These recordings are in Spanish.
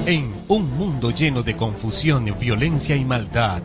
En un mundo lleno de confusión, violencia y maldad,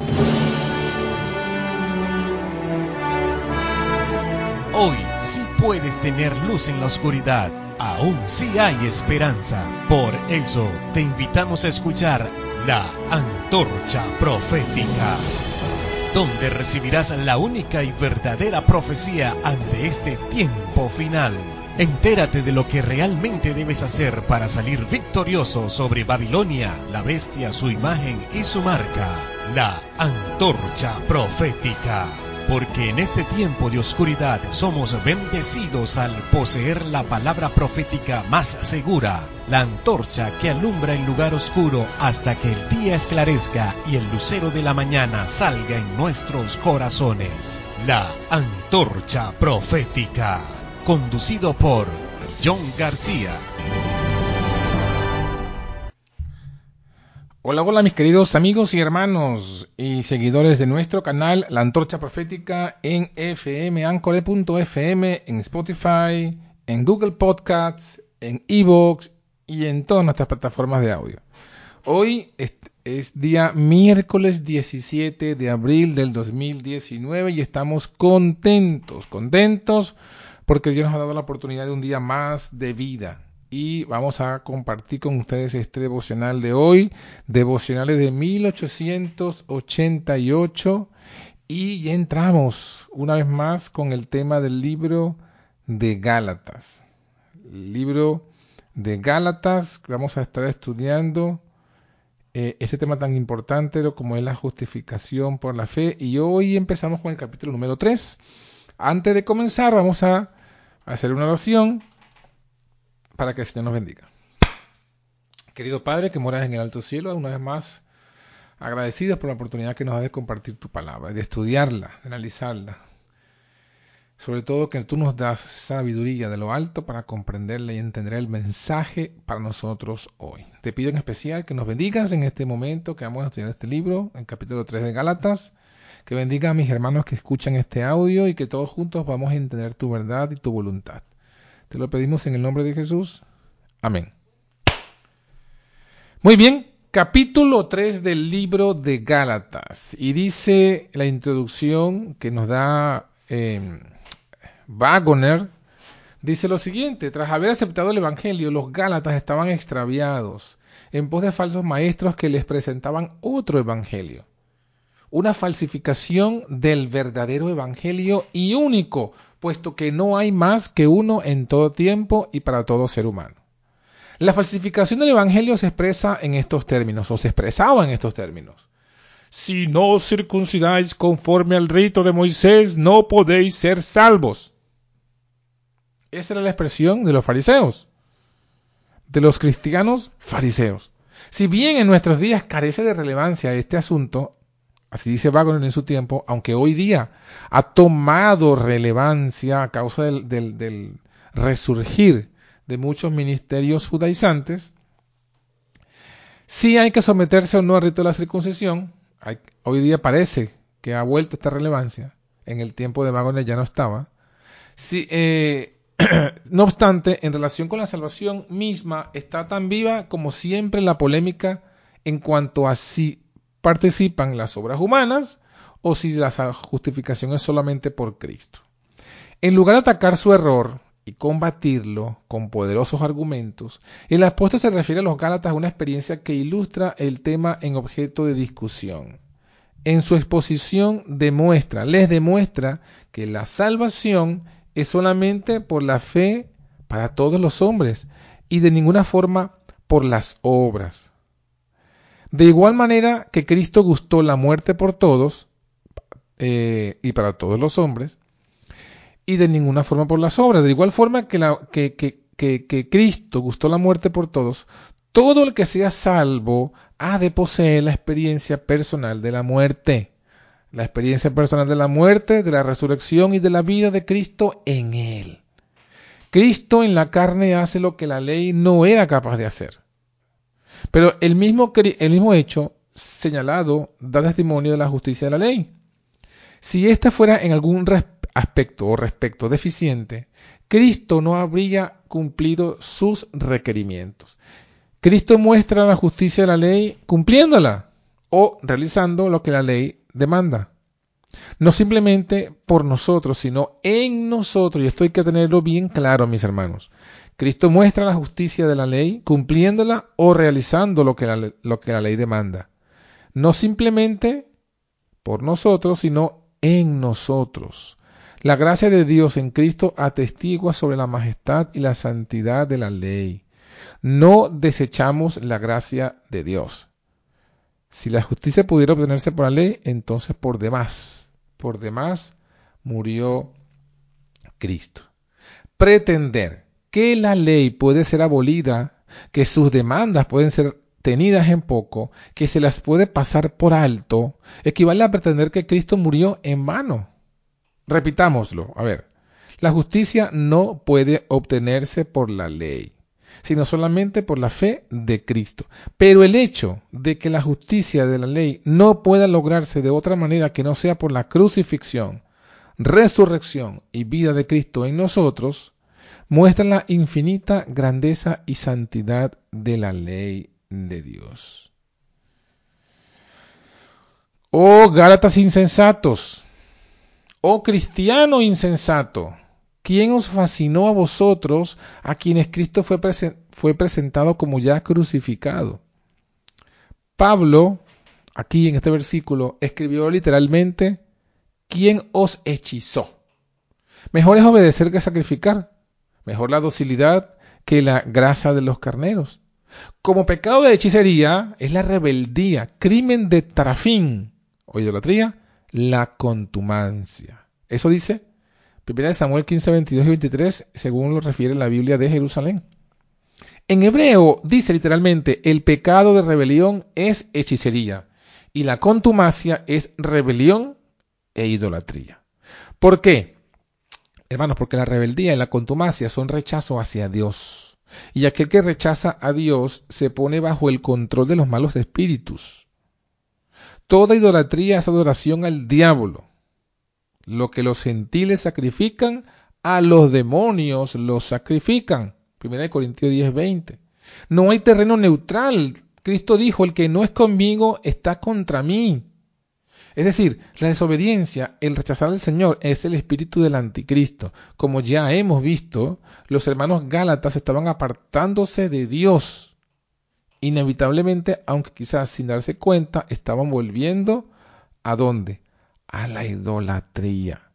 hoy sí puedes tener luz en la oscuridad. Aún sí hay esperanza. Por eso te invitamos a escuchar La Antorcha Profética, donde recibirás la única y verdadera profecía ante este tiempo final. Entérate de lo que realmente debes hacer para salir victorioso sobre Babilonia, la bestia, su imagen y su marca. La Antorcha Profética. Porque en este tiempo de oscuridad somos bendecidos al poseer la palabra profética más segura, la antorcha que alumbra el lugar oscuro hasta que el día esclarezca y el lucero de la mañana salga en nuestros corazones. La Antorcha Profética, conducido por John García. Hola, hola mis queridos amigos y hermanos y seguidores de nuestro canal La Antorcha Profética en FM, Anchor.fm, en Spotify, en Google Podcasts, en iVoox y en todas nuestras plataformas de audio. Hoy es día miércoles 17 de abril del 2019 y estamos contentos porque Dios nos ha dado la oportunidad de un día más de vida. Y vamos a compartir con ustedes este devocional de hoy, devocionales de 1888, y ya entramos una vez más con el tema del libro de Gálatas. El libro de Gálatas, vamos a estar estudiando este tema tan importante como es la justificación por la fe, y hoy empezamos con el capítulo número 3. Antes de comenzar vamos a hacer una oración para que el Señor nos bendiga. Querido Padre que moras en el alto cielo, una vez más agradecidos por la oportunidad que nos da de compartir tu palabra, de estudiarla, de analizarla. Sobre todo que tú nos das sabiduría de lo alto para comprenderla y entender el mensaje para nosotros hoy. Te pido en especial que nos bendigas en este momento que vamos a estudiar este libro, el capítulo 3 de Gálatas, que bendiga a mis hermanos que escuchan este audio y que todos juntos vamos a entender tu verdad y tu voluntad. Te lo pedimos en el nombre de Jesús. Amén. Muy bien, capítulo 3 del libro de Gálatas. Y dice la introducción que nos da Waggoner, dice lo siguiente: tras haber aceptado el evangelio, los gálatas estaban extraviados en pos de falsos maestros que les presentaban otro evangelio, una falsificación del verdadero evangelio y único, puesto que no hay más que uno en todo tiempo y para todo ser humano. La falsificación del evangelio se expresa en estos términos, o se expresaba en estos términos: si no os circuncidáis conforme al rito de Moisés, no podéis ser salvos. Esa era la expresión de los fariseos, de los cristianos fariseos. Si bien en nuestros días carece de relevancia este asunto, así dice Waggoner en su tiempo, aunque hoy día ha tomado relevancia a causa del resurgir de muchos ministerios judaizantes, sí hay que someterse o no al rito de la circuncisión. Hoy día parece que ha vuelto esta relevancia. En el tiempo de Waggoner ya no estaba. Sí, no obstante, en relación con la salvación misma, está tan viva como siempre la polémica en cuanto a si participan las obras humanas o si la justificación es solamente por Cristo. En lugar de atacar su error y combatirlo con poderosos argumentos, el apóstol se refiere a los Gálatas a una experiencia que ilustra el tema en objeto de discusión. En su exposición les demuestra que la salvación es solamente por la fe para todos los hombres y de ninguna forma por las obras. De igual manera que Cristo gustó la muerte por todos y para todos los hombres, y de ninguna forma por las obras. De igual forma que Cristo gustó la muerte por todos, todo el que sea salvo ha de poseer la experiencia personal de la muerte. La experiencia personal de la muerte, de la resurrección y de la vida de Cristo en él. Cristo en la carne hace lo que la ley no era capaz de hacer. Pero el mismo hecho señalado da testimonio de la justicia de la ley. Si ésta fuera en algún respecto deficiente, Cristo no habría cumplido sus requerimientos. Cristo muestra la justicia de la ley cumpliéndola o realizando lo que la ley demanda. No simplemente por nosotros, sino en nosotros. Y esto hay que tenerlo bien claro, mis hermanos. Cristo muestra la justicia de la ley cumpliéndola o realizando lo que la ley demanda. No simplemente por nosotros, sino en nosotros. La gracia de Dios en Cristo atestigua sobre la majestad y la santidad de la ley. No desechamos la gracia de Dios. Si la justicia pudiera obtenerse por la ley, entonces por demás murió Cristo. Pretender que la ley puede ser abolida, que sus demandas pueden ser tenidas en poco, que se las puede pasar por alto, equivale a pretender que Cristo murió en vano. Repitámoslo, a ver. La justicia no puede obtenerse por la ley, sino solamente por la fe de Cristo. Pero el hecho de que la justicia de la ley no pueda lograrse de otra manera que no sea por la crucifixión, resurrección y vida de Cristo en nosotros, muestra la infinita grandeza y santidad de la ley de Dios. Oh Gálatas insensatos, oh cristiano insensato, ¿quién os fascinó a vosotros, a quienes Cristo fue presentado como ya crucificado? Pablo, aquí en este versículo, escribió literalmente, ¿quién os hechizó? Mejor es obedecer que sacrificar, mejor la docilidad que la grasa de los carneros. Como pecado de hechicería es la rebeldía, crimen de tarafín o idolatría, la contumacia. Eso dice 1 Samuel 15, 22 y 23, según lo refiere la Biblia de Jerusalén. En hebreo dice literalmente, el pecado de rebelión es hechicería y la contumacia es rebelión e idolatría. ¿Por qué? Hermanos, porque la rebeldía y la contumacia son rechazo hacia Dios. Y aquel que rechaza a Dios se pone bajo el control de los malos espíritus. Toda idolatría es adoración al diablo. Lo que los gentiles sacrifican, a los demonios los sacrifican. 1 Corintios 10, 20. No hay terreno neutral. Cristo dijo, el que no es conmigo está contra mí. Es decir, la desobediencia, el rechazar al Señor, es el espíritu del anticristo. Como ya hemos visto, los hermanos Gálatas estaban apartándose de Dios. Inevitablemente, aunque quizás sin darse cuenta, estaban volviendo ¿a dónde? A la idolatría.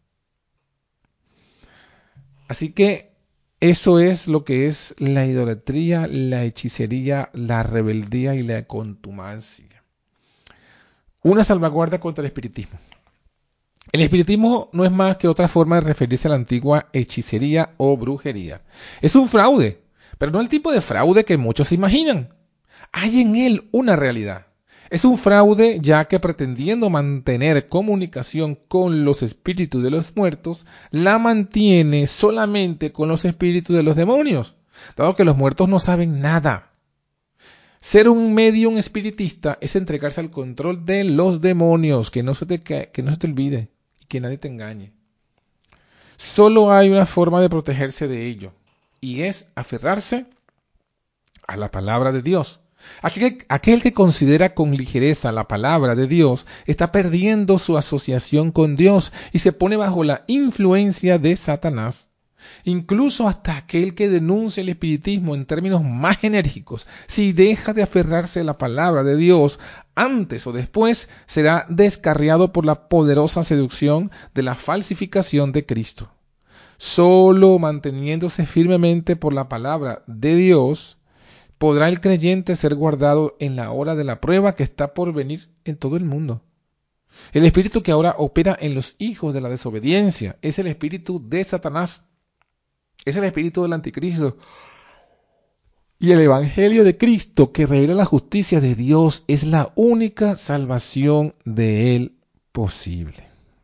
Así que eso es lo que es la idolatría, la hechicería, la rebeldía y la contumacia. Una salvaguardia contra el espiritismo. El espiritismo no es más que otra forma de referirse a la antigua hechicería o brujería. Es un fraude, pero no el tipo de fraude que muchos se imaginan. Hay en él una realidad. Es un fraude ya que pretendiendo mantener comunicación con los espíritus de los muertos, la mantiene solamente con los espíritus de los demonios, dado que los muertos no saben nada. Ser un medium espiritista es entregarse al control de los demonios, que no se te olvide y que nadie te engañe. Solo hay una forma de protegerse de ello, y es aferrarse a la palabra de Dios. Aquel que considera con ligereza la palabra de Dios está perdiendo su asociación con Dios y se pone bajo la influencia de Satanás. Incluso hasta aquel que denuncia el espiritismo en términos más enérgicos, si deja de aferrarse a la palabra de Dios, antes o después será descarriado por la poderosa seducción de la falsificación de Cristo. Solo manteniéndose firmemente por la palabra de Dios, podrá el creyente ser guardado en la hora de la prueba que está por venir en todo el mundo. El espíritu que ahora opera en los hijos de la desobediencia es el espíritu de Satanás. Es el espíritu del anticristo. Y el evangelio de Cristo que revela la justicia de Dios es la única salvación de él posible.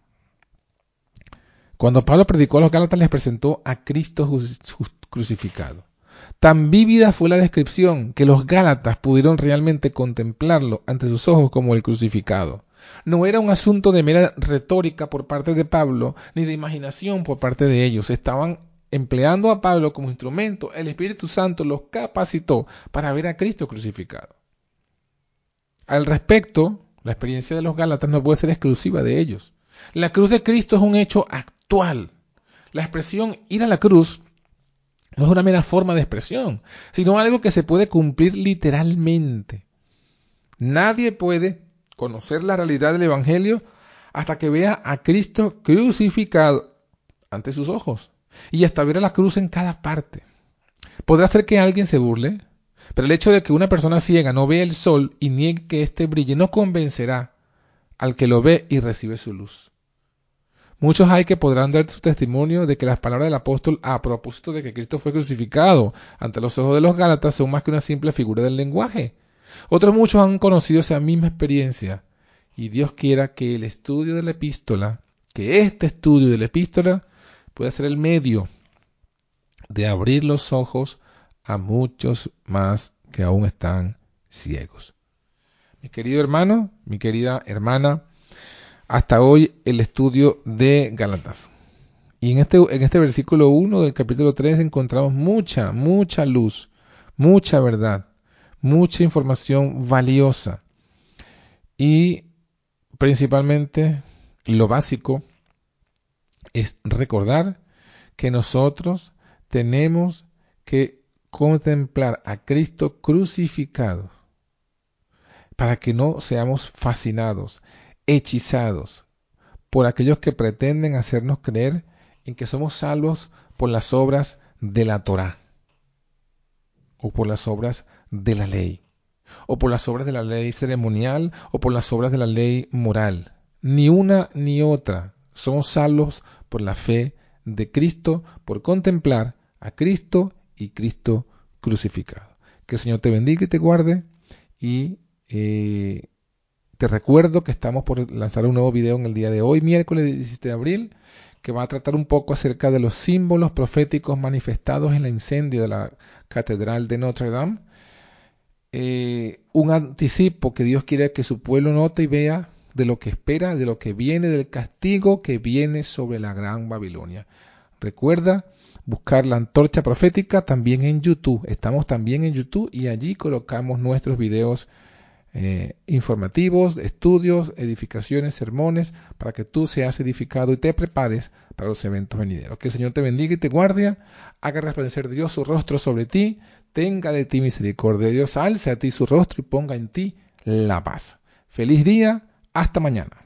Cuando Pablo predicó a los Gálatas les presentó a Cristo crucificado. Tan vívida fue la descripción que los Gálatas pudieron realmente contemplarlo ante sus ojos como el crucificado. No era un asunto de mera retórica por parte de Pablo, ni de imaginación por parte de ellos. Estaban empleando a Pablo como instrumento, el Espíritu Santo los capacitó para ver a Cristo crucificado. Al respecto, la experiencia de los Gálatas no puede ser exclusiva de ellos. La cruz de Cristo es un hecho actual. La expresión ir a la cruz no es una mera forma de expresión, sino algo que se puede cumplir literalmente. Nadie puede conocer la realidad del Evangelio hasta que vea a Cristo crucificado ante sus ojos y hasta ver a la cruz en cada parte. Podrá ser que alguien se burle, pero el hecho de que una persona ciega no vea el sol y niegue que éste brille no convencerá al que lo ve y recibe su luz. Muchos hay que podrán dar su testimonio de que las palabras del apóstol a propósito de que Cristo fue crucificado ante los ojos de los Gálatas son más que una simple figura del lenguaje. Otros muchos han conocido esa misma experiencia y Dios quiera que el estudio de la epístola, que este estudio de la epístola pueda ser el medio de abrir los ojos a muchos más que aún están ciegos. Mi querido hermano, mi querida hermana, hasta hoy el estudio de Gálatas. Y en este versículo 1 del capítulo 3 encontramos mucha luz, mucha verdad, mucha información valiosa. Y principalmente lo básico es recordar que nosotros tenemos que contemplar a Cristo crucificado para que no seamos fascinados, hechizados por aquellos que pretenden hacernos creer en que somos salvos por las obras de la Torá o por las obras de la ley o por las obras de la ley ceremonial o por las obras de la ley moral. Ni una ni otra. Somos salvos por la fe de Cristo, por contemplar a Cristo y Cristo crucificado. Que el Señor te bendiga y te guarde y te recuerdo que estamos por lanzar un nuevo video en el día de hoy, miércoles 17 de abril, que va a tratar un poco acerca de los símbolos proféticos manifestados en el incendio de la Catedral de Notre Dame. Un anticipo que Dios quiere que su pueblo note y vea de lo que espera, de lo que viene, del castigo que viene sobre la Gran Babilonia. Recuerda buscar la Antorcha Profética también en YouTube. Estamos también en YouTube y allí colocamos nuestros videos informativos, estudios, edificaciones, sermones, para que tú seas edificado y te prepares para los eventos venideros. Que el Señor te bendiga y te guarde, haga resplandecer Dios su rostro sobre ti, tenga de ti misericordia. Dios alce a ti su rostro y ponga en ti la paz. Feliz día, hasta mañana.